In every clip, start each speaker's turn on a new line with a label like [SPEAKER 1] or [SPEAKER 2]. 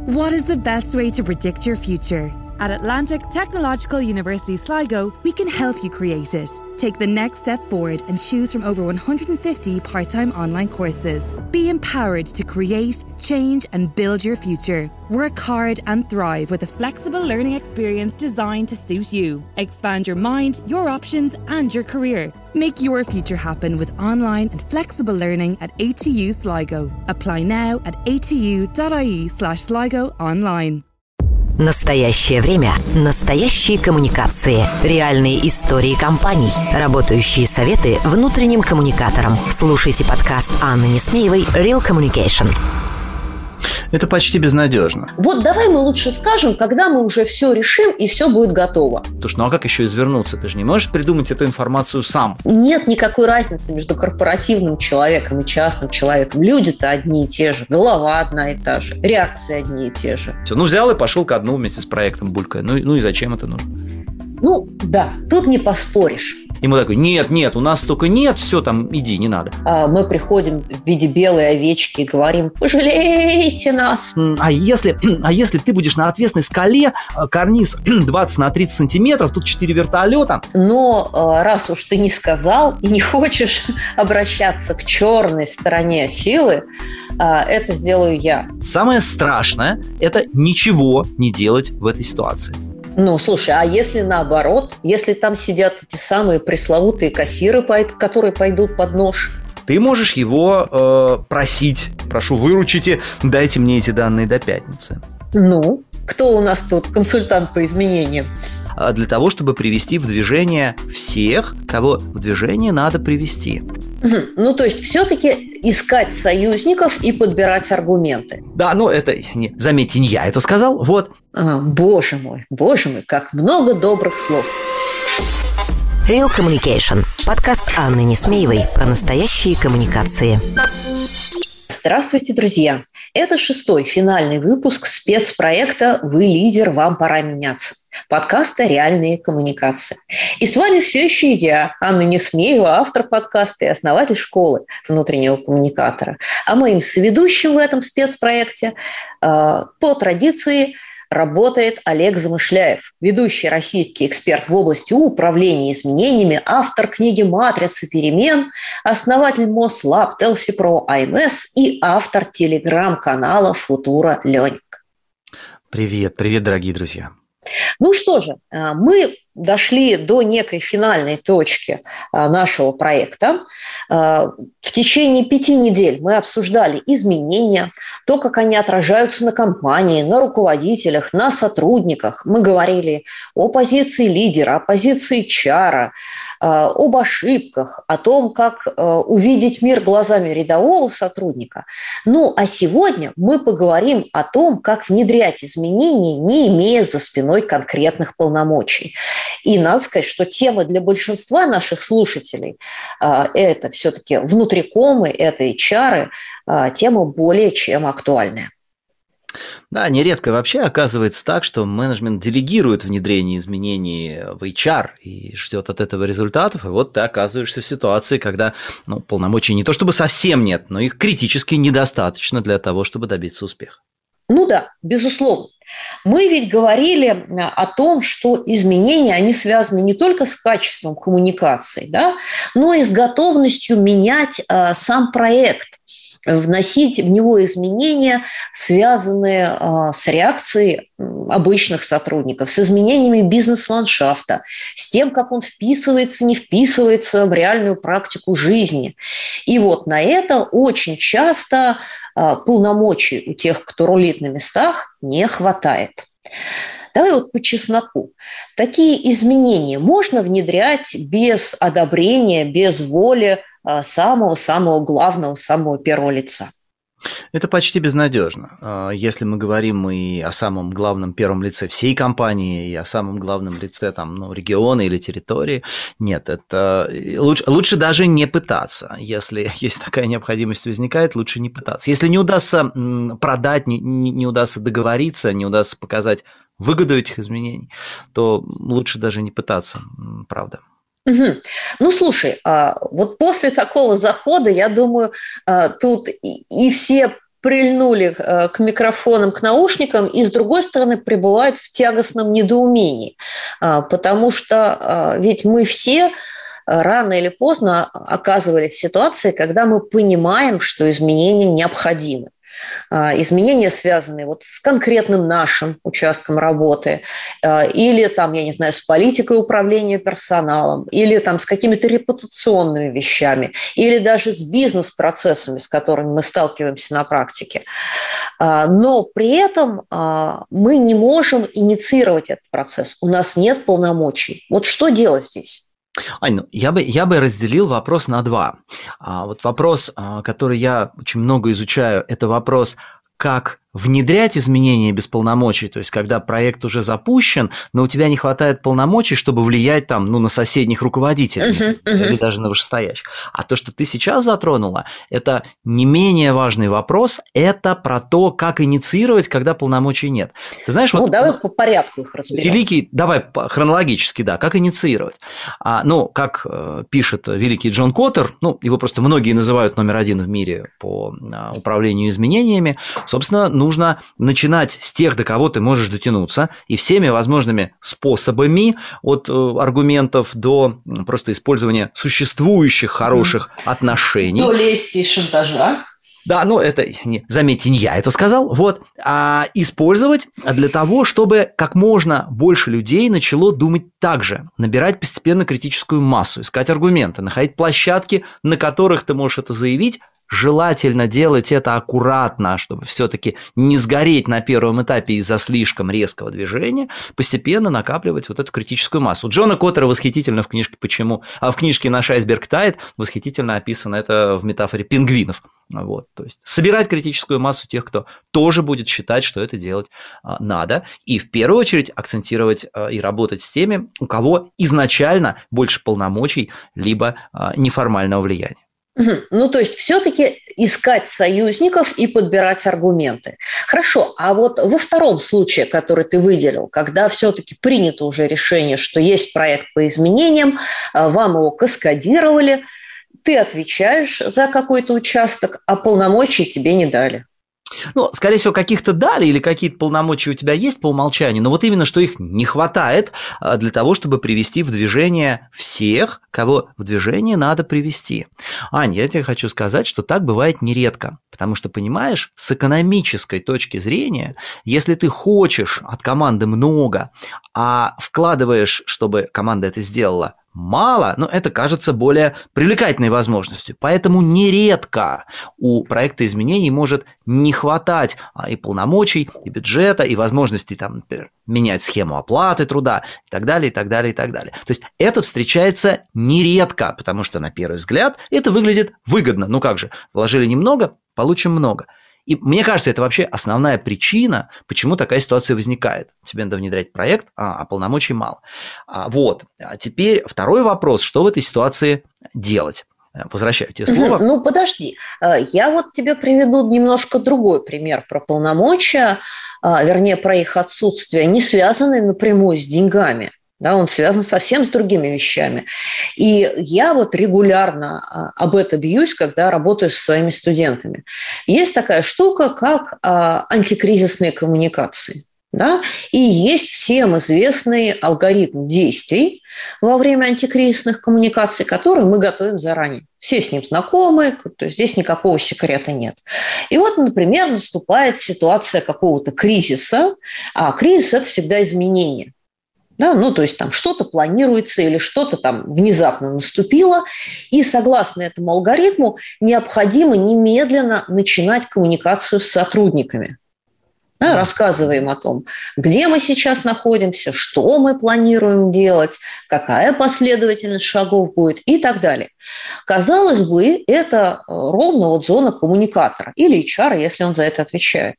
[SPEAKER 1] What is the best way to predict your future? At Atlantic Technological University Sligo, we can help you create it. Take the next step forward and choose from over 150 part-time online courses. Be empowered to create, change and build your future. Work hard and thrive with a flexible learning experience designed to suit you. Expand your mind, your options and your career. Make your future happen with online and flexible learning at ATU Sligo. Apply now at atu.ie/Sligo online.
[SPEAKER 2] Настоящее время. Настоящие коммуникации. Реальные истории компаний. Работающие советы внутренним коммуникаторам. Слушайте подкаст Анны Несмеевой «Real Communication».
[SPEAKER 3] Это почти безнадежно.
[SPEAKER 4] Вот давай мы лучше скажем, когда мы уже все решим и все будет готово.
[SPEAKER 3] Слушай, ну а как еще извернуться? Ты же не можешь придумать эту информацию сам.
[SPEAKER 4] Нет никакой разницы между корпоративным человеком и частным человеком. Люди-то одни и те же, голова одна и та же, реакции одни и те же.
[SPEAKER 3] Все, взял и пошел ко дну вместе с проектом булькая. Ну и зачем это нужно?
[SPEAKER 4] Да, тут не поспоришь.
[SPEAKER 3] Ему такой: нет, у нас столько нет, все, там, иди, не надо.
[SPEAKER 4] Мы приходим в виде белой овечки и говорим: пожалейте нас.
[SPEAKER 3] А если ты будешь на отвесной скале, карниз 20 на 30 сантиметров, тут 4 вертолета.
[SPEAKER 4] Но раз уж ты не сказал и не хочешь обращаться к черной стороне силы, это сделаю я.
[SPEAKER 3] Самое страшное – это ничего не делать в этой ситуации.
[SPEAKER 4] Слушай, а если наоборот? Если там сидят эти самые пресловутые кассиры, которые пойдут под нож?
[SPEAKER 3] Ты можешь его просить: прошу, выручите, дайте мне эти данные до пятницы.
[SPEAKER 4] Кто у нас тут консультант по изменениям?
[SPEAKER 3] Для того, чтобы привести в движение всех, кого в движение надо привести.
[SPEAKER 4] То есть все-таки искать союзников и подбирать аргументы.
[SPEAKER 3] Да, это, заметьте, не я это сказал, вот.
[SPEAKER 4] Боже мой, как много добрых слов.
[SPEAKER 2] Real Communication. Подкаст Анны Несмеевой про настоящие коммуникации.
[SPEAKER 4] Здравствуйте, друзья! Это 6-й финальный выпуск спецпроекта «Вы лидер, вам пора меняться». Подкаста «Реальные коммуникации». И с вами все еще я, Анна Несмеева, автор подкаста и основатель школы внутреннего коммуникатора. А моим соведущим в этом спецпроекте по традиции работает Олег Замышляев, ведущий российский эксперт в области управления изменениями, автор книги «Матрица перемен», основатель Мослаб, Телсипро, АМС и автор телеграм-канала «Футура Ленинг».
[SPEAKER 3] Привет, дорогие друзья.
[SPEAKER 4] Что же, мы дошли до некой финальной точки нашего проекта. В течение 5 недель мы обсуждали изменения, то, как они отражаются на компании, на руководителях, на сотрудниках. Мы говорили о позиции лидера, о позиции HR, об ошибках, о том, как увидеть мир глазами рядового сотрудника. А сегодня мы поговорим о том, как внедрять изменения, не имея за спиной конкретных полномочий. И надо сказать, что тема для большинства наших слушателей это все-таки внутрикомы, это HR, тема более чем актуальная.
[SPEAKER 3] Да, нередко вообще оказывается так, что менеджмент делегирует внедрение изменений в HR и ждет от этого результатов, и вот ты оказываешься в ситуации, когда полномочий не то чтобы совсем нет, но их критически недостаточно для того, чтобы добиться успеха.
[SPEAKER 4] Да, безусловно. Мы ведь говорили о том, что изменения, они связаны не только с качеством коммуникации, да, но и с готовностью менять сам проект, вносить в него изменения, связанные с реакцией обычных сотрудников, с изменениями бизнес-ландшафта, с тем, как он вписывается, не вписывается в реальную практику жизни. И на это очень часто полномочий у тех, кто рулит на местах, не хватает. Давай по чесноку. Такие изменения можно внедрять без одобрения, без воли самого-самого главного, самого первого лица?
[SPEAKER 3] Это почти безнадежно. Если мы говорим и о самом главном первом лице всей компании, и о самом главном лице региона или территории, нет, это лучше даже не пытаться. Если такая необходимость возникает, лучше не пытаться. Если не удастся продать, не удастся договориться, не удастся показать выгоду этих изменений, то лучше даже не пытаться, правда.
[SPEAKER 4] Слушай, после такого захода, я думаю, тут и все прильнули к микрофонам, к наушникам, и, с другой стороны, пребывают в тягостном недоумении. Потому что ведь мы все рано или поздно оказывались в ситуации, когда мы понимаем, что изменения необходимы. Изменения, связанные вот с конкретным нашим участком работы, или там, я не знаю, с политикой управления персоналом, или там с какими-то репутационными вещами, или даже с бизнес-процессами, с которыми мы сталкиваемся на практике. Но при этом мы не можем инициировать этот процесс. У нас нет полномочий. Вот что делать здесь?
[SPEAKER 3] Ань, ну, я бы разделил вопрос на два. Вот вопрос, который я очень много изучаю, это вопрос, как внедрять изменения без полномочий, то есть когда проект уже запущен, но у тебя не хватает полномочий, чтобы влиять там, на соседних руководителей или даже на вышестоящих. А то, что ты сейчас затронула, это не менее важный вопрос, это про то, как инициировать, когда полномочий нет. Ты знаешь,
[SPEAKER 4] давай по порядку их разберем.
[SPEAKER 3] Давай хронологически, да, как инициировать. Как пишет великий Джон Коттер, его просто многие называют номер один в мире по управлению изменениями, собственно, нужно начинать с тех, до кого ты можешь дотянуться, и всеми возможными способами, от аргументов до просто использования существующих хороших отношений.
[SPEAKER 4] До лести и шантажа.
[SPEAKER 3] Да, заметьте, не я это сказал, использовать для того, чтобы как можно больше людей начало думать так же, набирать постепенно критическую массу, искать аргументы, находить площадки, на которых ты можешь это заявить. Желательно делать это аккуратно, чтобы все-таки не сгореть на первом этапе из-за слишком резкого движения, постепенно накапливать вот эту критическую массу. У Джона Коттера восхитительно в книжке «Почему?», в книжке «Наш айсберг тает» восхитительно описано это в метафоре пингвинов. То есть собирать критическую массу тех, кто тоже будет считать, что это делать надо, и в первую очередь акцентировать и работать с теми, у кого изначально больше полномочий либо неформального влияния.
[SPEAKER 4] То есть все-таки искать союзников и подбирать аргументы. Хорошо, а вот во втором случае, который ты выделил, когда все-таки принято уже решение, что есть проект по изменениям, вам его каскадировали, ты отвечаешь за какой-то участок, а полномочий тебе не дали.
[SPEAKER 3] Скорее всего, каких-то дали или какие-то полномочия у тебя есть по умолчанию, но вот именно, что их не хватает для того, чтобы привести в движение всех, кого в движение надо привести. Ань, я тебе хочу сказать, что так бывает нередко, потому что, понимаешь, с экономической точки зрения, если ты хочешь от команды много, а вкладываешь, чтобы команда это сделала, мало, но это кажется более привлекательной возможностью. Поэтому нередко у проекта изменений может не хватать и полномочий, и бюджета, и возможностей например, менять схему оплаты труда и так далее, и так далее, и так далее. То есть это встречается нередко, потому что на первый взгляд это выглядит выгодно. Вложили немного, получим много. И мне кажется, это вообще основная причина, почему такая ситуация возникает. Тебе надо внедрять проект, а полномочий мало. Теперь второй вопрос, что в этой ситуации делать? Возвращаю тебе слово.
[SPEAKER 4] Подожди. Я тебе приведу немножко другой пример про полномочия, вернее, про их отсутствие, не связанные напрямую с деньгами. Да, он связан совсем с другими вещами. И я регулярно об этом бьюсь, когда работаю со своими студентами. Есть такая штука, как антикризисные коммуникации. Да? И есть всем известный алгоритм действий во время антикризисных коммуникаций, который мы готовим заранее. Все с ним знакомы, то есть здесь никакого секрета нет. И например, наступает ситуация какого-то кризиса, а кризис – это всегда изменение. Да, то есть что-то планируется или что-то внезапно наступило, и согласно этому алгоритму необходимо немедленно начинать коммуникацию с сотрудниками. Да, рассказываем о том, где мы сейчас находимся, что мы планируем делать, какая последовательность шагов будет и так далее. Казалось бы, это ровно зона коммуникатора или HR, если он за это отвечает.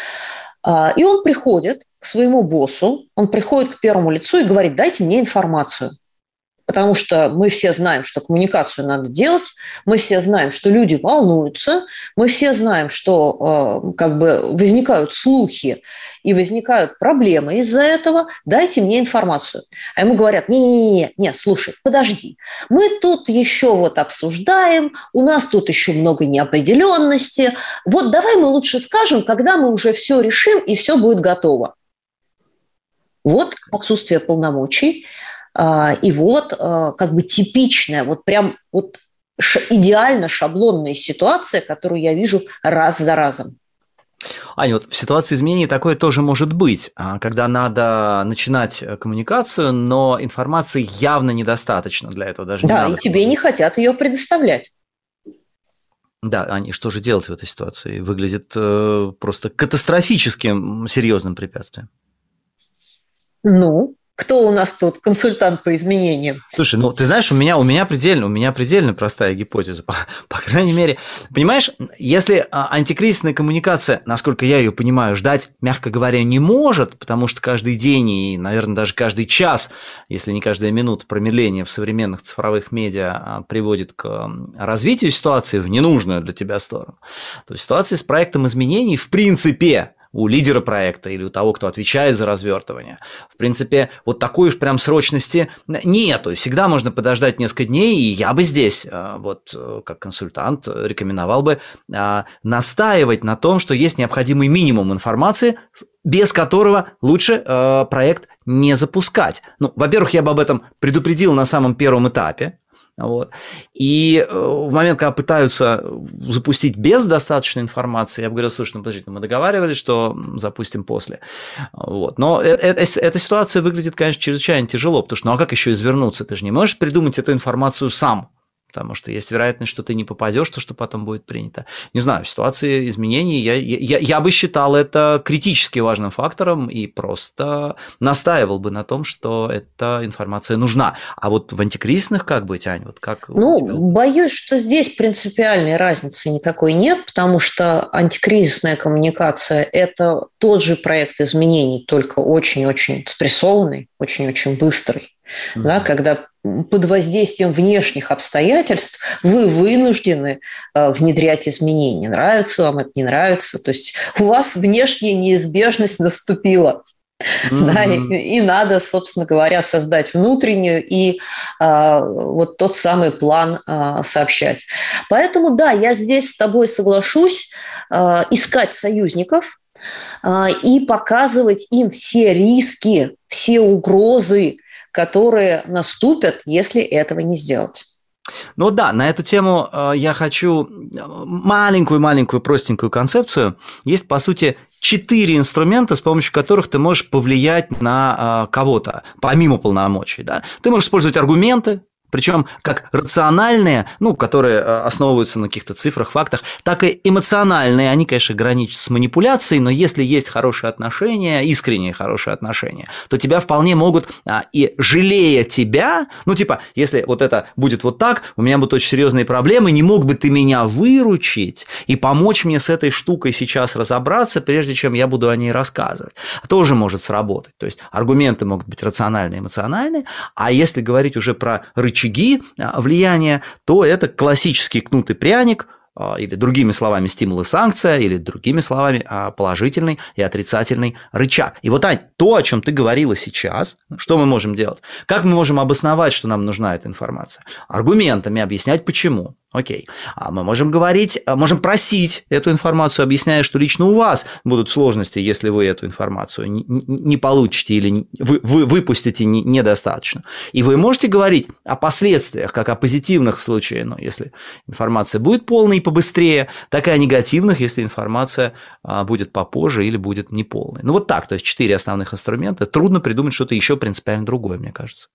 [SPEAKER 4] И он приходит к своему боссу, он приходит к первому лицу и говорит: дайте мне информацию. потому что мы все знаем, что коммуникацию надо делать, мы все знаем, что люди волнуются, мы все знаем, что возникают слухи и возникают проблемы из-за этого, дайте мне информацию. А ему говорят, не, слушай, подожди, мы тут еще обсуждаем, у нас тут еще много неопределенности, давай мы лучше скажем, когда мы уже все решим и все будет готово. Отсутствие полномочий, и типичная, идеально шаблонная ситуация, которую я вижу раз за разом.
[SPEAKER 3] Аня, в ситуации изменений такое тоже может быть, когда надо начинать коммуникацию, но информации явно недостаточно для этого. Даже
[SPEAKER 4] и тебе не хотят ее предоставлять.
[SPEAKER 3] Да, Аня, что же делать в этой ситуации? Выглядит просто катастрофическим серьезным препятствием.
[SPEAKER 4] Кто у нас тут консультант по изменениям?
[SPEAKER 3] Слушай, ты знаешь, у меня предельно простая гипотеза, по крайней мере. Понимаешь, если антикризисная коммуникация, насколько я ее понимаю, ждать, мягко говоря, не может, потому что каждый день и, наверное, даже каждый час, если не каждая минута промедления в современных цифровых медиа приводит к развитию ситуации в ненужную для тебя сторону, то ситуация с проектом изменений в принципе у лидера проекта или у того, кто отвечает за развертывание. В принципе, такой уж прям срочности нету. Всегда можно подождать несколько дней, и я бы здесь, как консультант, рекомендовал бы настаивать на том, что есть необходимый минимум информации, без которого лучше проект не запускать. Во-первых, я бы об этом предупредил на самом первом этапе. И в момент, когда пытаются запустить без достаточной информации, я бы говорил, слушай, подождите, мы договаривались, что запустим после. Но эта ситуация выглядит, конечно, чрезвычайно тяжело, потому что, а как еще извернуться? Ты же не можешь придумать эту информацию сам. Потому что есть вероятность, что ты не попадешь, то, что потом будет принято. Не знаю, в ситуации изменений я бы считал это критически важным фактором и просто настаивал бы на том, что эта информация нужна. А в антикризисных как быть, Ань?
[SPEAKER 4] Боюсь, что здесь принципиальной разницы никакой нет, потому что антикризисная коммуникация – это тот же проект изменений, только очень-очень спрессованный, очень-очень быстрый. Да, когда под воздействием внешних обстоятельств вы вынуждены внедрять изменения. Нравится вам это, не нравится. То есть у вас внешняя неизбежность наступила. Да, и надо, собственно говоря, создать внутреннюю и тот самый план сообщать. Поэтому, да, я здесь с тобой соглашусь, искать союзников и показывать им все риски, все угрозы, которые наступят, если этого не сделать.
[SPEAKER 3] На эту тему я хочу маленькую простенькую концепцию. Есть, по сути, 4 инструмента, с помощью которых ты можешь повлиять на кого-то, помимо полномочий. Да? Ты можешь использовать аргументы, причем как рациональные, которые основываются на каких-то цифрах, фактах, так и эмоциональные. Они, конечно, граничат с манипуляцией, но если есть хорошие отношения, искренние хорошие отношения, то тебя вполне могут, и жалея тебя, если это будет так, у меня будут очень серьезные проблемы, не мог бы ты меня выручить и помочь мне с этой штукой сейчас разобраться, прежде чем я буду о ней рассказывать. Тоже может сработать. То есть аргументы могут быть рациональные, эмоциональные, а если говорить уже про рычаги влияния, то это классический кнут и пряник, или другими словами стимул и санкция, или другими словами положительный и отрицательный рычаг. И Ань, то, о чем ты говорила сейчас, что мы можем делать? Как мы можем обосновать, что нам нужна эта информация? Аргументами объяснять, почему. Окей. А мы можем можем просить эту информацию, объясняя, что лично у вас будут сложности, если вы эту информацию не получите или вы выпустите недостаточно. И вы можете говорить о последствиях, как о позитивных в случае, если информация будет полной и побыстрее, так и о негативных, если информация будет попозже или будет неполной. То есть 4 основных инструмента. Трудно придумать что-то еще принципиально другое, мне кажется.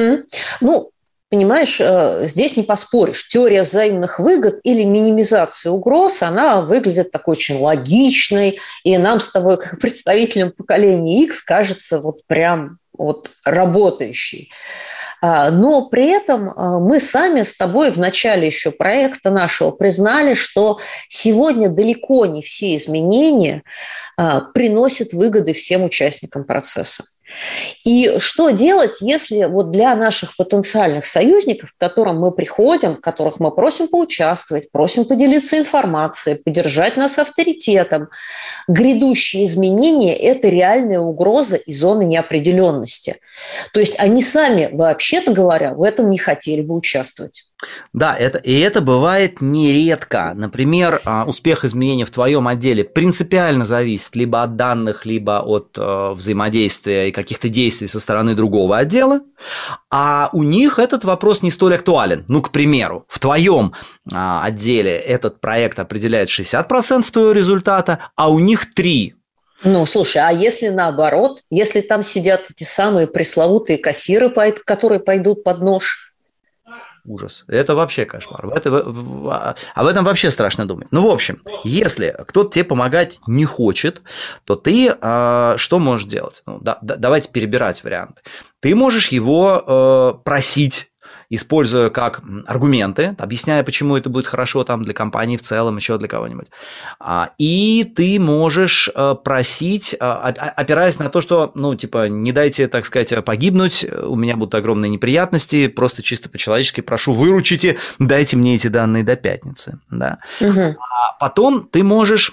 [SPEAKER 4] Понимаешь, здесь не поспоришь. Теория взаимных выгод или минимизация угроз, она выглядит такой очень логичной, и нам с тобой, как представителям поколения X, кажется прям работающей. Но при этом мы сами с тобой в начале еще проекта нашего признали, что сегодня далеко не все изменения приносят выгоды всем участникам процесса. И что делать, если вот для наших потенциальных союзников, к которым мы приходим, которых мы просим поучаствовать, просим поделиться информацией, поддержать нас авторитетом, грядущие изменения – это реальная угроза и зона неопределенности. То есть они сами, вообще-то говоря, в этом не хотели бы участвовать.
[SPEAKER 3] Да, это бывает нередко. Например, успех изменений в твоем отделе принципиально зависит либо от данных, либо от взаимодействия и каких-то действий со стороны другого отдела, а у них этот вопрос не столь актуален. Ну, к примеру, в твоем отделе этот проект определяет 60% твоего результата, а у них 3%.
[SPEAKER 4] Ну, слушай, а если наоборот, если там сидят эти самые пресловутые кассиры, которые пойдут под нож?
[SPEAKER 3] Ужас. Это вообще кошмар. Об этом вообще страшно думать. Ну, в общем, если кто-то тебе помогать не хочет, то ты что можешь делать? Ну, давайте перебирать варианты. Ты можешь его просить, используя как аргументы, объясняя, почему это будет хорошо там, для компании в целом, еще для кого-нибудь. И ты можешь просить, опираясь на то, что, ну, типа, не дайте, так сказать, погибнуть, у меня будут огромные неприятности, просто чисто по-человечески прошу, выручите, дайте мне эти данные до пятницы. Да? Угу. А потом ты можешь,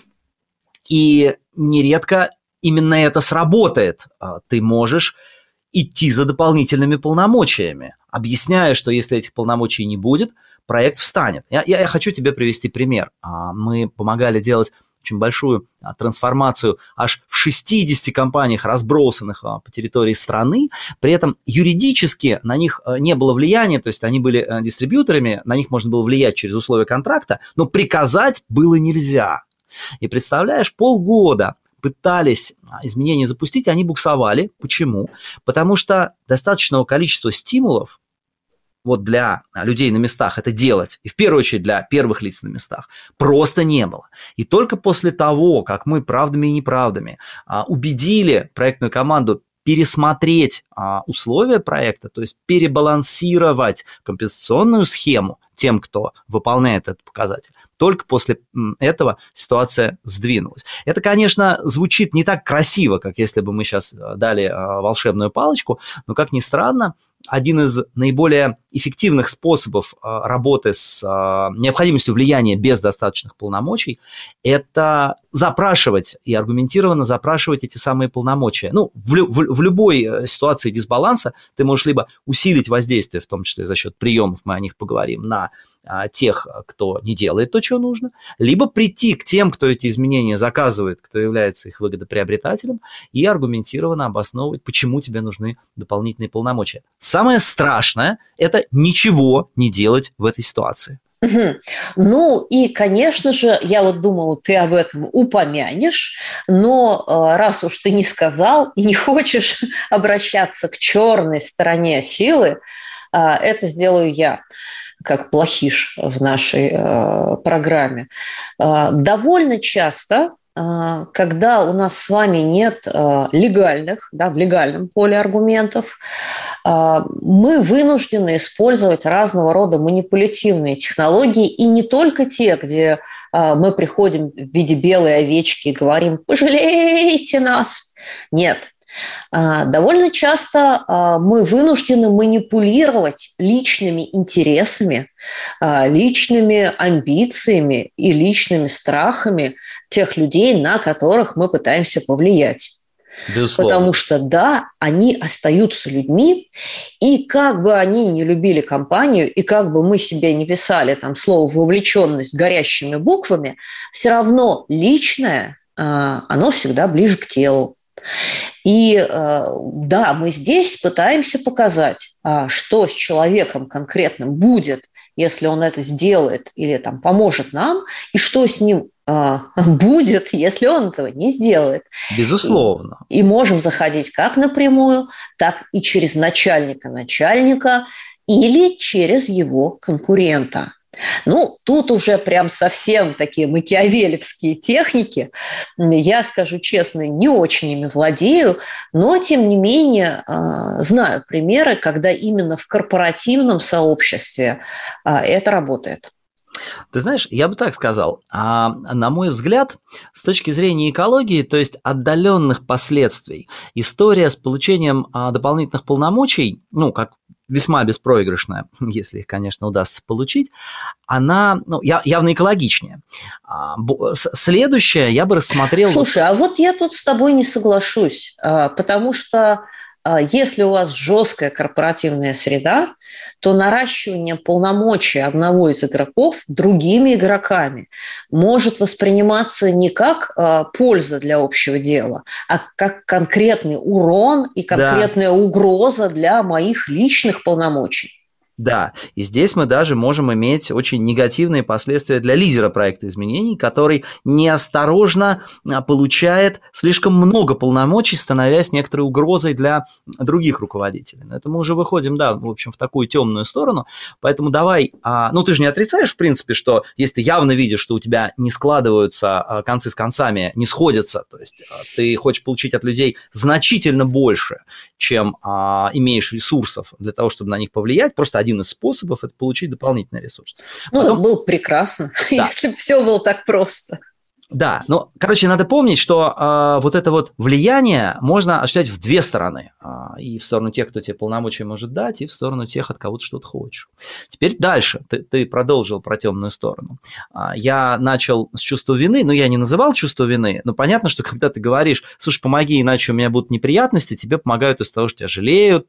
[SPEAKER 3] и нередко именно это сработает, ты можешь идти за дополнительными полномочиями, объясняя, что если этих полномочий не будет, проект встанет. Я хочу тебе привести пример. Мы помогали делать очень большую трансформацию аж в 60 компаниях, разбросанных по территории страны. При этом юридически на них не было влияния, то есть они были дистрибьюторами, на них можно было влиять через условия контракта, но приказать было нельзя. И представляешь, полгода пытались изменения запустить, они буксовали. Почему? Потому что достаточного количества стимулов вот для людей на местах это делать, и в первую очередь для первых лиц на местах, просто не было. И только после того, как мы правдами и неправдами убедили проектную команду пересмотреть условия проекта, то есть перебалансировать компенсационную схему тем, кто выполняет этот показатель, только после этого ситуация сдвинулась. Это, конечно, звучит не так красиво, как если бы мы сейчас дали волшебную палочку, но, как ни странно, один из наиболее эффективных способов работы с необходимостью влияния без достаточных полномочий – это запрашивать и аргументированно запрашивать эти самые полномочия. Ну, в любой ситуации дисбаланса ты можешь либо усилить воздействие, в том числе за счет приемов, мы о них поговорим, на тех, кто не делает то, что нужно, либо прийти к тем, кто эти изменения заказывает, кто является их выгодоприобретателем, и аргументированно обосновывать, почему тебе нужны дополнительные полномочия. Самое страшное – это ничего не делать в этой ситуации.
[SPEAKER 4] Угу. Ну и, конечно же, я вот думала, ты об этом упомянешь, но раз уж ты не сказал и не хочешь обращаться к черной стороне силы, это сделаю я, как плохиш в нашей программе. Довольно часто, когда у нас с вами нет легальных, да, в легальном поле аргументов, мы вынуждены использовать разного рода манипулятивные технологии, и не только те, где мы приходим в виде белой овечки и говорим «пожалейте нас». Нет. Довольно часто мы вынуждены манипулировать личными интересами, личными амбициями и личными страхами тех людей, на которых мы пытаемся повлиять. Безусловно. Потому что, да, они остаются людьми, и как бы они не любили компанию, и как бы мы себе не писали там слово «вовлеченность» горящими буквами, все равно личное, оно всегда ближе к телу. И да, мы здесь пытаемся показать, что с человеком конкретным будет, если он это сделает или там поможет нам, и что с ним будет, если он этого не сделает.
[SPEAKER 3] Безусловно.
[SPEAKER 4] И можем заходить как напрямую, так и через начальника или через его конкурента. Ну, тут уже прям совсем такие макиавелевские техники. Я, скажу честно, не очень ими владею, но, тем не менее, знаю примеры, когда именно в корпоративном сообществе это работает.
[SPEAKER 3] Ты знаешь, я бы так сказал, на мой взгляд, с точки зрения экологии, то есть отдаленных последствий, история с получением дополнительных полномочий, ну, как весьма беспроигрышная, если их, конечно, удастся получить, она явно экологичнее. Следующее я бы рассмотрел...
[SPEAKER 4] Слушай, а вот я тут с тобой не соглашусь, потому что если у вас жесткая корпоративная среда, то наращивание полномочий одного из игроков другими игроками может восприниматься не как польза для общего дела, а как конкретный урон и конкретная угроза для моих личных полномочий.
[SPEAKER 3] Да, и здесь мы даже можем иметь очень негативные последствия для лидера проекта изменений, который неосторожно получает слишком много полномочий, становясь некоторой угрозой для других руководителей. Это мы уже выходим, да, в общем, в такую темную сторону, поэтому давай, ты же не отрицаешь, в принципе, что если ты явно видишь, что у тебя не складываются концы с концами, не сходятся, то есть ты хочешь получить от людей значительно больше, чем имеешь ресурсов для того, чтобы на них повлиять, просто один из способов – это получить дополнительный ресурс.
[SPEAKER 4] Потом... было бы прекрасно, если бы все было так просто.
[SPEAKER 3] Да, надо помнить, что вот это вот влияние можно осуществлять в две стороны. И в сторону тех, кто тебе полномочия может дать, и в сторону тех, от кого ты что-то хочешь. Теперь дальше. Ты продолжил про темную сторону. Я начал с чувства вины, я не называл чувство вины, но понятно, что когда ты говоришь, слушай, помоги, иначе у меня будут неприятности, тебе помогают из того, что тебя жалеют,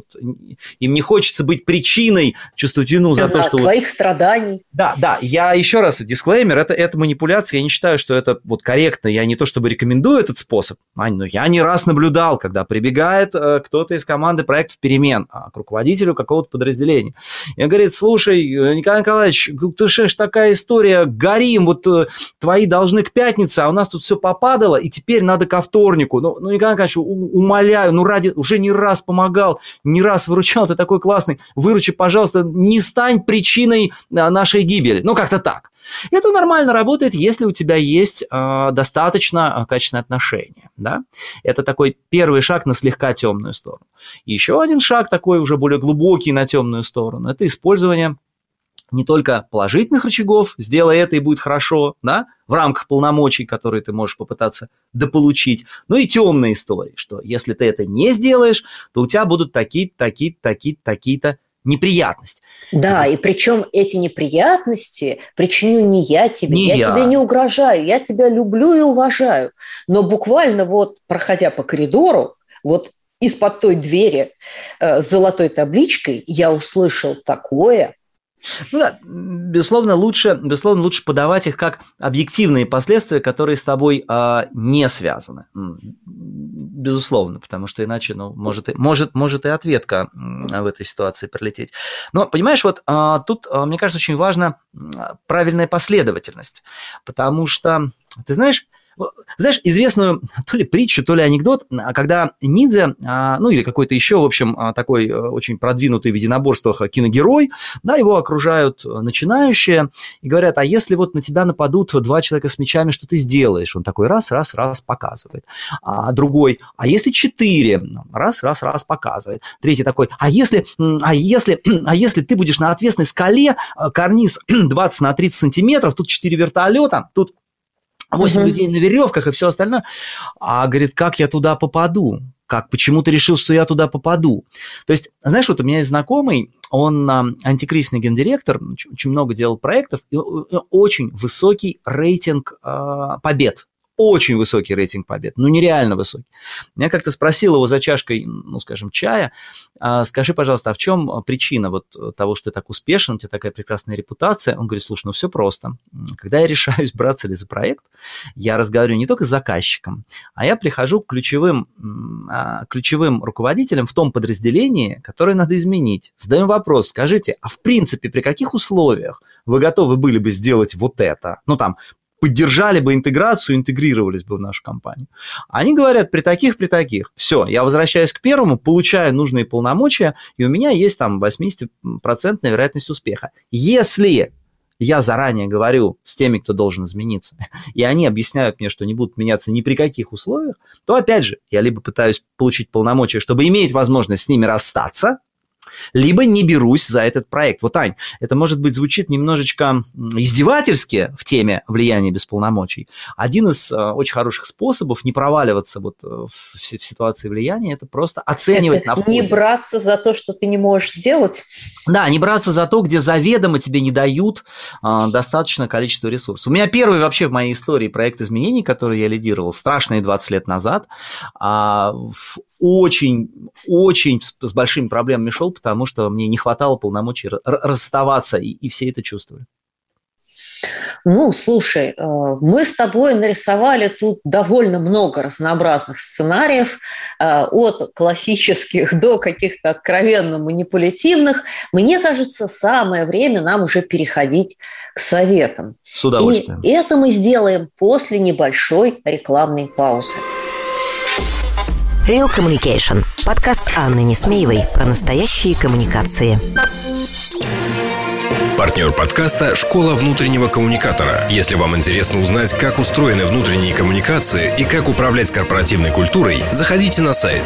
[SPEAKER 3] им не хочется быть причиной чувствовать вину за то, что...
[SPEAKER 4] твоих страданий.
[SPEAKER 3] Да, я еще раз, дисклеймер, это манипуляция, я не считаю, что это вот корректно, я не то чтобы рекомендую этот способ, но я не раз наблюдал, когда прибегает кто-то из команды проектов перемен к руководителю какого-то подразделения. И он говорит, слушай, Николай Николаевич, ты ж такая история, горим, твои должны к пятнице, а у нас тут все попадало, и теперь надо ко вторнику. Николай Николаевич, умоляю, уже не раз помогал, не раз выручал, ты такой классный, выручи, пожалуйста, не стань причиной нашей гибели. Как-то так. Это нормально работает, если у тебя есть достаточно качественные отношения. Да? Это такой первый шаг на слегка темную сторону. Еще один шаг, такой уже более глубокий на темную сторону, это использование не только положительных рычагов, сделай это и будет хорошо, да, в рамках полномочий, которые ты можешь попытаться дополучить, но и темные истории, что если ты это не сделаешь, то у тебя будут такие-то неприятности.
[SPEAKER 4] Да, и причем эти неприятности причиню не я тебе, я тебе не угрожаю, я тебя люблю и уважаю. Но буквально проходя по коридору, из-под той двери с золотой табличкой я услышал такое.
[SPEAKER 3] Безусловно, лучше подавать их как объективные последствия, которые с тобой не связаны. Безусловно, потому что иначе, может и ответка в этой ситуации прилететь. Но, понимаешь, тут, мне кажется, очень важна правильная последовательность, потому что, ты знаешь, известную то ли притчу, то ли анекдот, когда ниндзя, или какой-то еще, в общем, такой очень продвинутый в единоборствах киногерой, да, его окружают начинающие и говорят, а если на тебя нападут два человека с мечами, что ты сделаешь? Он такой раз показывает. А другой, а если 4? Раз показывает. Третий такой, а если ты будешь на отвесной скале, карниз 20 на 30 сантиметров, тут 4 вертолета, тут 8 людей на веревках и все остальное. А говорит, как я туда попаду? Почему ты решил, что я туда попаду? То есть, знаешь, у меня есть знакомый, он антикризисный гендиректор, очень много делал проектов, и очень высокий рейтинг побед. Очень высокий рейтинг побед, нереально высокий. Я как-то спросил его за чашкой, чая, скажи, пожалуйста, а в чем причина того, что ты так успешен, у тебя такая прекрасная репутация? Он говорит, слушай, все просто. Когда я решаюсь браться ли за проект, я разговариваю не только с заказчиком, а я прихожу к ключевым руководителям в том подразделении, которое надо изменить. Задаем вопрос, скажите, а в принципе при каких условиях вы готовы были бы сделать это? Поддержали бы интеграцию, интегрировались бы в нашу компанию. Они говорят, при таких. Все, я возвращаюсь к первому, получаю нужные полномочия, и у меня есть 80% вероятность успеха. Если я заранее говорю с теми, кто должен измениться, и они объясняют мне, что не будут меняться ни при каких условиях, то, опять же, я либо пытаюсь получить полномочия, чтобы иметь возможность с ними расстаться, либо не берусь за этот проект. Вот, Ань, это, может быть, звучит немножечко издевательски в теме влияния без полномочий. Один из очень хороших способов не проваливаться вот в ситуации влияния – это просто оценивать на входе.
[SPEAKER 4] Не браться за то, что ты не можешь делать.
[SPEAKER 3] Да, не браться за то, где заведомо тебе не дают достаточное количество ресурсов. У меня первый вообще в моей истории проект изменений, который я лидировал, страшные 20 лет назад, очень с большими проблемами шел, потому что мне не хватало полномочий расставаться, и все это чувствовали.
[SPEAKER 4] Ну, слушай, мы с тобой нарисовали тут довольно много разнообразных сценариев, от классических до каких-то откровенно манипулятивных. Мне кажется, самое время нам уже переходить к советам.
[SPEAKER 3] С удовольствием.
[SPEAKER 4] И это мы сделаем после небольшой рекламной паузы.
[SPEAKER 2] Real Communication. Подкаст Анны Несмеевой про настоящие коммуникации.
[SPEAKER 5] Партнер подкаста «Школа внутреннего коммуникатора». Если вам интересно узнать, как устроены внутренние коммуникации и как управлять корпоративной культурой, заходите на сайт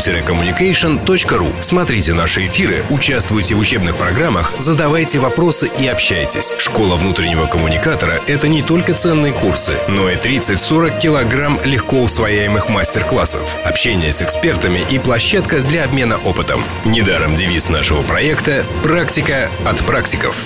[SPEAKER 5] school-communication.ru. Смотрите наши эфиры, участвуйте в учебных программах, задавайте вопросы и общайтесь. «Школа внутреннего коммуникатора» — это не только ценные курсы, но и 30-40 килограмм легко усвояемых мастер-классов, общение с экспертами и площадка для обмена опытом. Недаром девиз нашего проекта «Практика от практиков».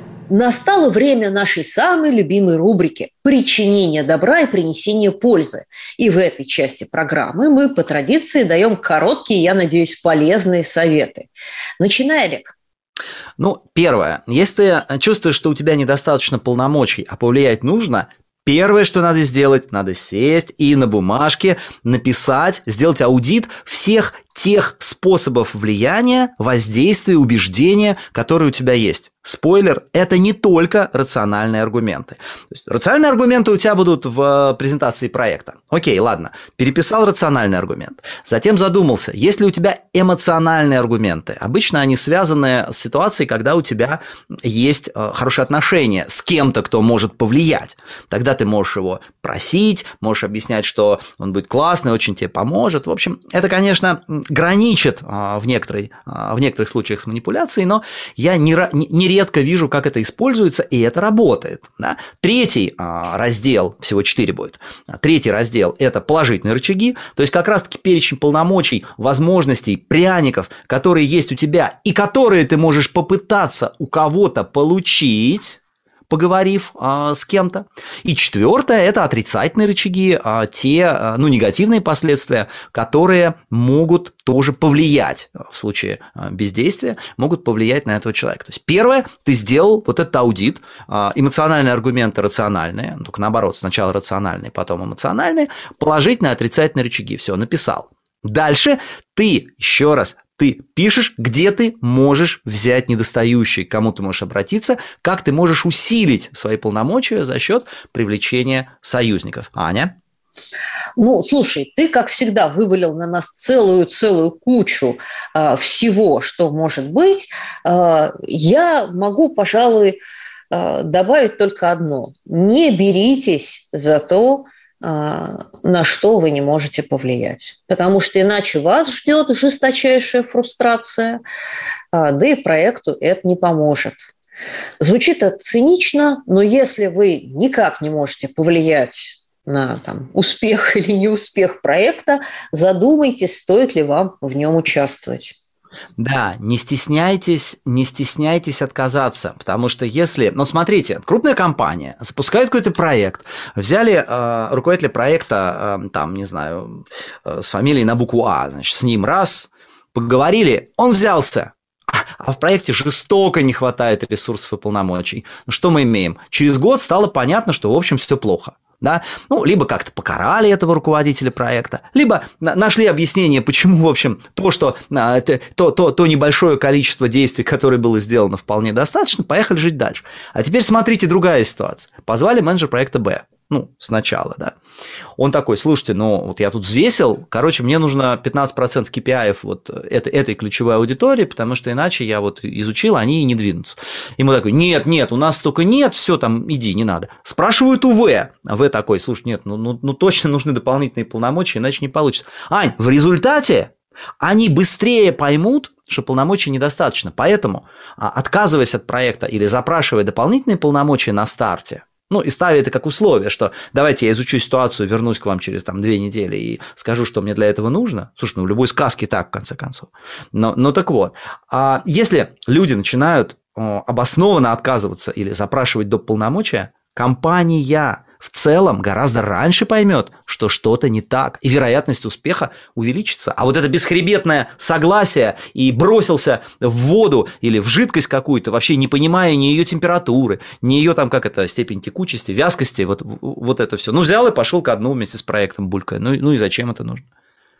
[SPEAKER 4] Настало время нашей самой любимой рубрики «Причинение добра и принесение пользы». И в этой части программы мы по традиции даем короткие, я надеюсь, полезные советы. Начинай, Олег.
[SPEAKER 3] Ну, первое. Если ты чувствуешь, что у тебя недостаточно полномочий, а повлиять нужно, первое, что надо сделать, надо сесть и на бумажке написать, сделать аудит всех тех способов влияния, воздействия, убеждения, которые у тебя есть. Спойлер, это не только рациональные аргументы. То есть, рациональные аргументы у тебя будут в презентации проекта. Окей, ладно, переписал рациональный аргумент. Затем задумался, есть ли у тебя эмоциональные аргументы. Обычно они связаны с ситуацией, когда у тебя есть хорошие отношения с кем-то, кто может повлиять. Тогда ты можешь его просить, можешь объяснять, что он будет классный, очень тебе поможет. В общем, это, конечно, граничит в некоторых случаях с манипуляцией, но я нередко вижу, как это используется, и это работает. Да? Третий раздел, всего 4 будет, третий раздел – это положительные рычаги, то есть как раз-таки перечень полномочий, возможностей, пряников, которые есть у тебя и которые ты можешь попытаться у кого-то получить, поговорив с кем-то. И четвертое – это отрицательные рычаги, те негативные последствия, которые могут тоже повлиять в случае бездействия, могут повлиять на этого человека. То есть первое, ты сделал вот этот аудит, эмоциональные аргументы рациональные, только наоборот, сначала рациональные, потом эмоциональные, положительные, отрицательные рычаги, все, написал. Дальше ты, еще раз, ты пишешь, где ты можешь взять недостающие, к кому ты можешь обратиться, как ты можешь усилить свои полномочия за счет привлечения союзников. Аня?
[SPEAKER 4] Ну, слушай, ты, как всегда, вывалил на нас целую кучу всего, что может быть. Я могу, пожалуй, добавить только одно. Не беритесь за то, на что вы не можете повлиять. Потому что иначе вас ждет жесточайшая фрустрация, да и проекту это не поможет. Звучит это цинично, но если вы никак не можете повлиять на успех или неуспех проекта, задумайтесь, стоит ли вам в нем участвовать.
[SPEAKER 3] Да, не стесняйтесь отказаться, потому что если... Ну, смотрите, крупная компания запускает какой-то проект, взяли руководителя проекта, с фамилией на букву А, значит, с ним раз, поговорили, он взялся, а в проекте жестоко не хватает ресурсов и полномочий. Ну, что мы имеем? Через год стало понятно, что, в общем, все плохо. Да? Ну, либо как-то покарали этого руководителя проекта, либо нашли объяснение, почему, в общем, то небольшое количество действий, которое было сделано, вполне достаточно, поехали жить дальше. А теперь смотрите, другая ситуация. Позвали менеджера проекта Б. Сначала, да. Он такой, слушайте, вот я тут взвесил, мне нужно 15% KPI вот этой ключевой аудитории, потому что иначе я вот изучил, они и не двинутся. Ему такой, нет, у нас столько нет, все, иди, не надо. Спрашивают у В. А В такой, слушай, нет, точно нужны дополнительные полномочия, иначе не получится. Ань, в результате они быстрее поймут, что полномочий недостаточно. Поэтому, отказываясь от проекта или запрашивая дополнительные полномочия на старте, ну, и ставя это как условие, что давайте я изучу ситуацию, вернусь к вам через 2 недели и скажу, что мне для этого нужно. Слушай, ну, в любой сказке так, в конце концов. Но так вот, если люди начинают обоснованно отказываться или запрашивать доп. Полномочия, компания в целом гораздо раньше поймет, что что-то не так, и вероятность успеха увеличится. А вот это бесхребетное согласие и бросился в воду или в жидкость какую-то, вообще не понимая ни ее температуры, ни ее там, степень текучести, вязкости, вот это все. Ну, взял и пошел ко дну вместе с проектом булькая. Ну и зачем это нужно?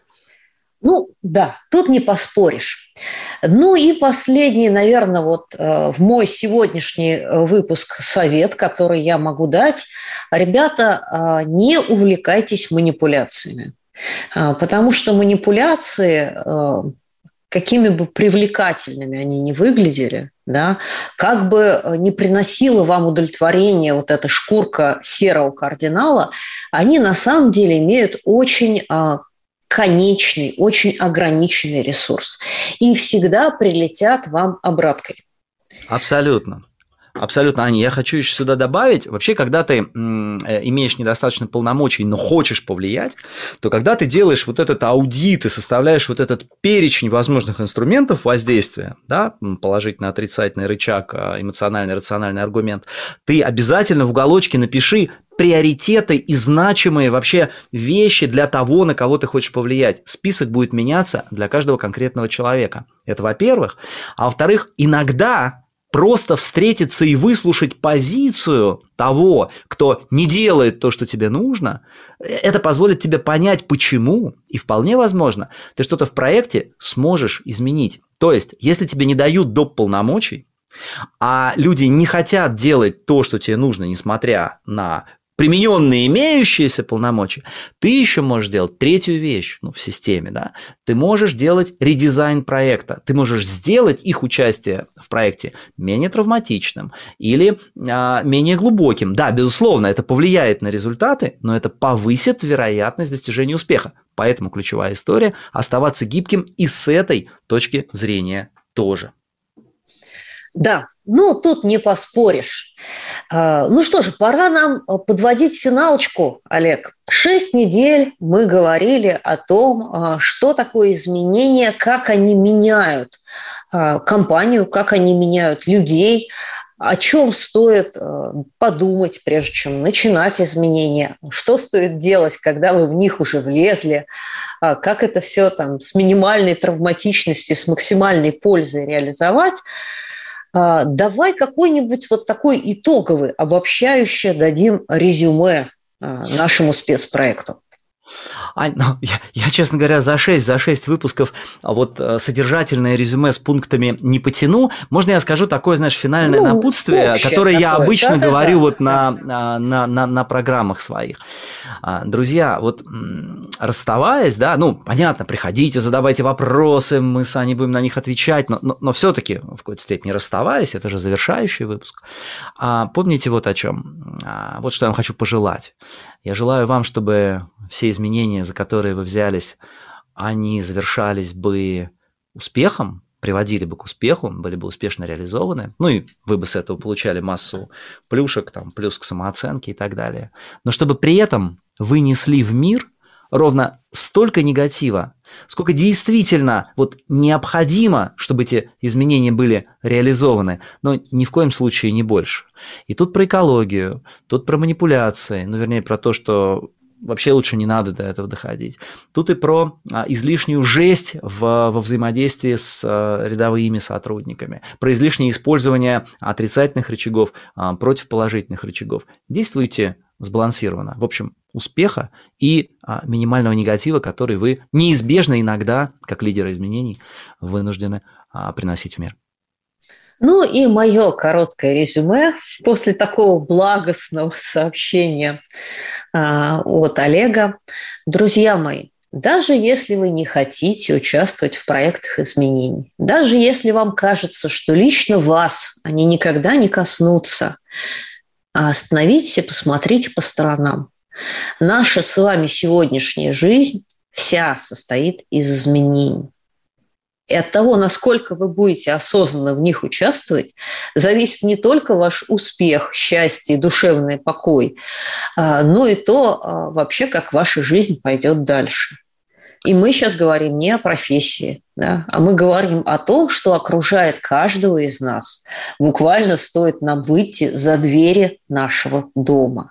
[SPEAKER 4] Ну, да, тут не поспоришь. Ну и последний, наверное, в мой сегодняшний выпуск совет, который я могу дать. Ребята, не увлекайтесь манипуляциями, потому что манипуляции, какими бы привлекательными они ни выглядели, да, как бы не приносила вам удовлетворение вот эта шкурка серого кардинала, они на самом деле имеют очень конечный, очень ограниченный ресурс. И всегда прилетят вам обраткой.
[SPEAKER 3] Абсолютно. Абсолютно, Аня, я хочу еще сюда добавить, вообще, когда ты имеешь недостаточно полномочий, но хочешь повлиять, то когда ты делаешь вот этот аудит и составляешь вот этот перечень возможных инструментов воздействия, да, положительный, отрицательный рычаг, эмоциональный, рациональный аргумент, ты обязательно в уголочке напиши приоритеты и значимые вообще вещи для того, на кого ты хочешь повлиять. Список будет меняться для каждого конкретного человека. Это во-первых. А во-вторых, иногда просто встретиться и выслушать позицию того, кто не делает то, что тебе нужно, это позволит тебе понять, почему, и вполне возможно, ты что-то в проекте сможешь изменить. То есть, если тебе не дают доп. Полномочий, а люди не хотят делать то, что тебе нужно, несмотря на примененные имеющиеся полномочия, ты еще можешь делать третью вещь в системе. Да? Ты можешь делать редизайн проекта, ты можешь сделать их участие в проекте менее травматичным или менее глубоким. Да, безусловно, это повлияет на результаты, но это повысит вероятность достижения успеха. Поэтому ключевая история – оставаться гибким и с этой точки зрения тоже.
[SPEAKER 4] Да, тут не поспоришь. Ну что же, пора нам подводить финалочку, Олег. 6 недель мы говорили о том, что такое изменения, как они меняют компанию, как они меняют людей, о чем стоит подумать, прежде чем начинать изменения, что стоит делать, когда вы в них уже влезли, как это все там с минимальной травматичностью, с максимальной пользой реализовать. Давай какой-нибудь такой итоговый, обобщающий дадим резюме нашему спецпроекту.
[SPEAKER 3] Ань, я, честно говоря, за 6 выпусков содержательное резюме с пунктами не потяну. Можно я скажу такое, финальное напутствие, которое я обычно говорю на программах своих. Друзья, расставаясь, да, понятно, приходите, задавайте вопросы, мы с Аней будем на них отвечать, но все-таки в какой-то степени расставаясь, это же завершающий выпуск. Помните о чем. Вот что я вам хочу пожелать. Я желаю вам, чтобы все изменения, за которые вы взялись, они завершались бы успехом, приводили бы к успеху, были бы успешно реализованы, и вы бы с этого получали массу плюшек, плюс к самооценке и так далее. Но чтобы при этом вы несли в мир ровно столько негатива, сколько действительно необходимо, чтобы эти изменения были реализованы, но ни в коем случае не больше. И тут про экологию, тут про манипуляции, вернее, про то, что вообще лучше не надо до этого доходить. Тут и про излишнюю жесть во взаимодействии с рядовыми сотрудниками, про излишнее использование отрицательных рычагов против положительных рычагов. Действуйте сбалансированно. В общем, успеха и минимального негатива, который вы неизбежно иногда, как лидеры изменений, вынуждены приносить в мир.
[SPEAKER 4] И мое короткое резюме после такого благостного сообщения от Олега. Друзья мои, даже если вы не хотите участвовать в проектах изменений, даже если вам кажется, что лично вас они никогда не коснутся, остановитесь и посмотрите по сторонам. Наша с вами сегодняшняя жизнь вся состоит из изменений. И от того, насколько вы будете осознанно в них участвовать, зависит не только ваш успех, счастье и душевный покой, но и то вообще, как ваша жизнь пойдет дальше. И мы сейчас говорим не о профессии, да, а мы говорим о том, что окружает каждого из нас. Буквально стоит нам выйти за двери нашего дома.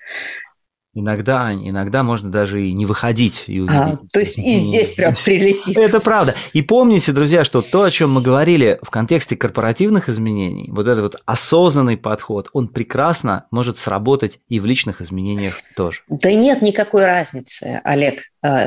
[SPEAKER 3] Иногда можно даже и не выходить и увидеть.
[SPEAKER 4] То есть и здесь прям прилетит.
[SPEAKER 3] Это правда. И помните, друзья, что то, о чем мы говорили в контексте корпоративных изменений, вот этот вот осознанный подход, он прекрасно может сработать и в личных изменениях тоже.
[SPEAKER 4] Да нет никакой разницы, Олег.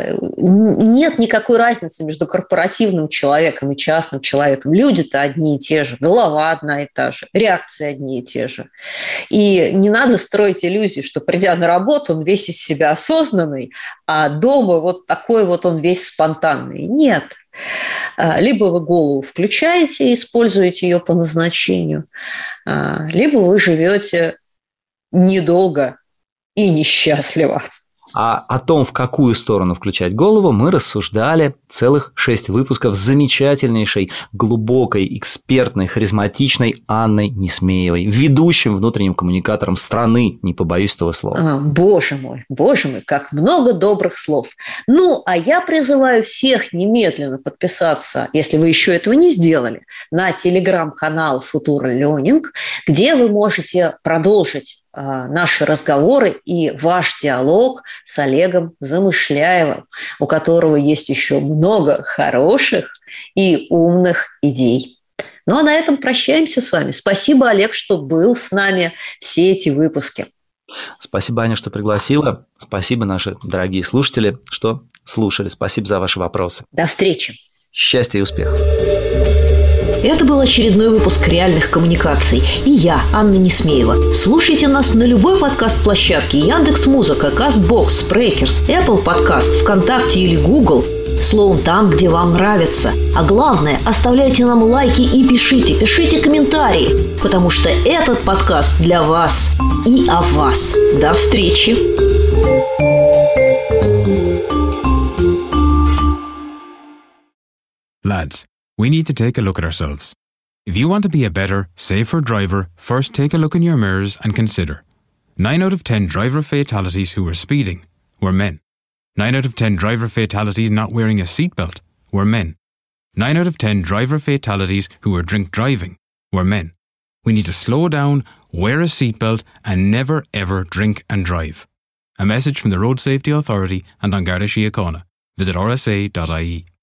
[SPEAKER 4] Нет никакой разницы между корпоративным человеком и частным человеком. Люди-то одни и те же, голова одна и та же, реакции одни и те же. И не надо строить иллюзии, что, придя на работу, он весь из себя осознанный, а дома вот такой вот он весь спонтанный. Нет. Либо вы голову включаете и используете ее по назначению, либо вы живете недолго и несчастливо.
[SPEAKER 3] А о том, в какую сторону включать голову, мы рассуждали целых 6 выпусков с замечательнейшей, глубокой, экспертной, харизматичной Анной Несмеевой, ведущим внутренним коммуникатором страны, не побоюсь этого слова.
[SPEAKER 4] Боже мой, как много добрых слов. Ну, а я призываю всех немедленно подписаться, если вы еще этого не сделали, на телеграм-канал Futura Learning, где вы можете продолжить наши разговоры и ваш диалог с Олегом Замышляевым, у которого есть еще много хороших и умных идей. Ну а на этом прощаемся с вами. Спасибо, Олег, что был с нами все эти выпуски.
[SPEAKER 3] Спасибо, Аня, что пригласила. Спасибо, наши дорогие слушатели, что слушали. Спасибо за ваши вопросы.
[SPEAKER 4] До встречи.
[SPEAKER 3] Счастья и успехов.
[SPEAKER 4] Это был очередной выпуск «Реальных коммуникаций». И я, Анна Несмеева. Слушайте нас на любой подкаст-площадке: Яндекс.Музыка, Кастбокс, Спрекерс, Apple Podcast, ВКонтакте или Google. Словом, там, где вам нравится. А главное, оставляйте нам лайки и пишите комментарии, потому что этот подкаст для вас и о вас. До встречи!
[SPEAKER 6] Lads, we need to take a look at ourselves. If you want to be a better, safer driver, first take a look in your mirrors and consider. 9 out of 10 driver fatalities who were speeding were men. 9 out of 10 driver fatalities not wearing a seatbelt were men. 9 out of 10 driver fatalities who were drink driving were men. We need to slow down, wear a seatbelt, and never ever drink and drive. A message from the Road Safety Authority and An Garda Síochána. Visit rsa.ie.